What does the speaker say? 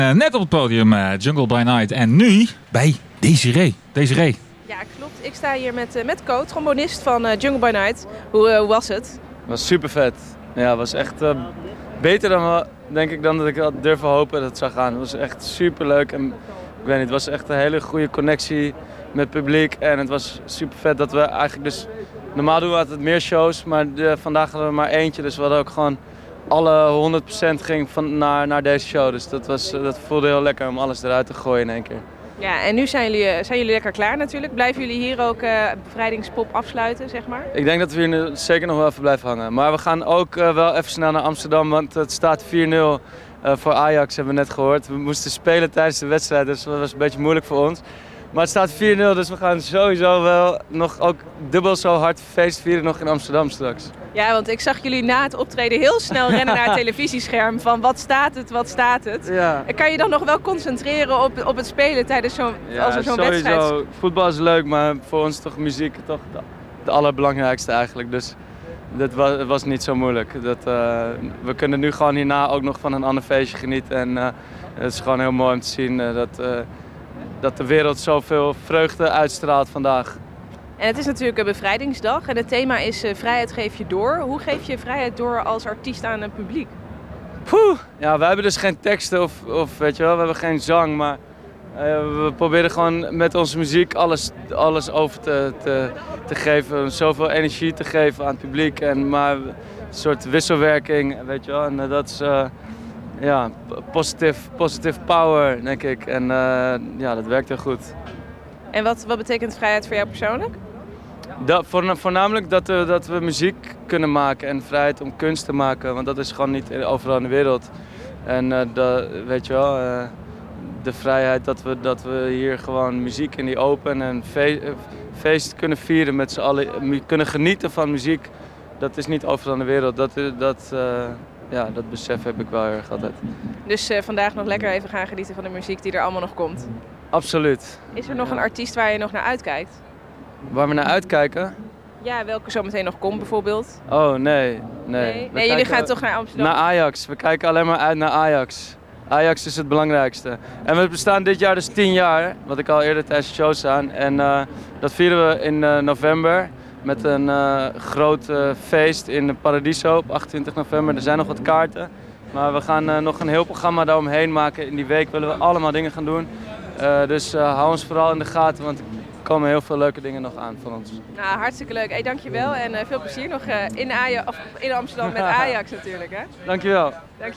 Net op het podium Jungle by Night en nu bij Desiree. Desiree. Ja, klopt. Ik sta hier met Co, trombonist van Jungle by Night. Hoe was het? Het was super vet. Ja, het was echt beter dan, denk ik, dan dat ik had durven hopen dat het zou gaan. Het was echt super leuk en ik weet niet, het was echt een hele goede connectie met het publiek. En het was super vet dat we eigenlijk dus... Normaal doen we altijd meer shows, maar vandaag hadden we maar eentje. Dus we hadden ook gewoon alle 100% ging naar deze show. Dus dat voelde heel lekker om alles eruit te gooien in één keer. Ja, en nu zijn jullie lekker klaar natuurlijk. Blijven jullie hier ook bevrijdingspop afsluiten, zeg maar? Ik denk dat we hier zeker nog wel even blijven hangen. Maar we gaan ook wel even snel naar Amsterdam, want het staat 4-0 voor Ajax, hebben we net gehoord. We moesten spelen tijdens de wedstrijd, dus dat was een beetje moeilijk voor ons. Maar het staat 4-0, dus we gaan sowieso wel nog ook dubbel zo hard feest vieren nog in Amsterdam straks. Ja, want ik zag jullie na het optreden heel snel rennen naar het televisiescherm van wat staat het? Ja. Kan je dan nog wel concentreren op het spelen tijdens zo'n wedstrijd? Voetbal is leuk, maar voor ons toch muziek toch het allerbelangrijkste eigenlijk. Dus het was niet zo moeilijk. We kunnen nu gewoon hierna ook nog van een ander feestje genieten. En het is gewoon heel mooi om te zien dat de wereld zoveel vreugde uitstraalt vandaag. En het is natuurlijk een bevrijdingsdag en het thema is vrijheid geef je door. Hoe geef je vrijheid door als artiest aan het publiek? Ja, wij hebben dus geen teksten of weet je wel, we hebben geen zang, maar we proberen gewoon met onze muziek alles over te geven, zoveel energie te geven aan het publiek maar een soort wisselwerking, weet je wel. En dat is positive power, denk ik. En dat werkt heel goed. En wat betekent vrijheid voor jou persoonlijk? Voornamelijk dat we muziek kunnen maken en vrijheid om kunst te maken, want dat is gewoon niet overal in de wereld. En weet je wel, de vrijheid dat we hier gewoon muziek in die open en feest kunnen vieren met z'n allen, kunnen genieten van muziek, dat is niet overal in de wereld. Dat besef heb ik wel heel erg altijd. Dus vandaag nog lekker even gaan genieten van de muziek die er allemaal nog komt? Absoluut. Is er nog een artiest waar je nog naar uitkijkt? Waar we naar uitkijken? Ja, welke zometeen nog komt bijvoorbeeld? Oh, nee. Jullie gaan toch naar Amsterdam? Naar Ajax. We kijken alleen maar uit naar Ajax. Ajax is het belangrijkste. En we bestaan dit jaar dus 10 jaar, wat ik al eerder tijdens de show staan. En dat vieren we in november met een groot feest in Paradiso op 28 november. Er zijn nog wat kaarten, maar we gaan nog een heel programma daaromheen maken. In die week willen we allemaal dingen gaan doen. Dus hou ons vooral in de gaten, want er komen heel veel leuke dingen nog aan van ons. Nou, hartstikke leuk. Hey, dankjewel en veel plezier nog in Amsterdam met Ajax natuurlijk. Hè? Dankjewel.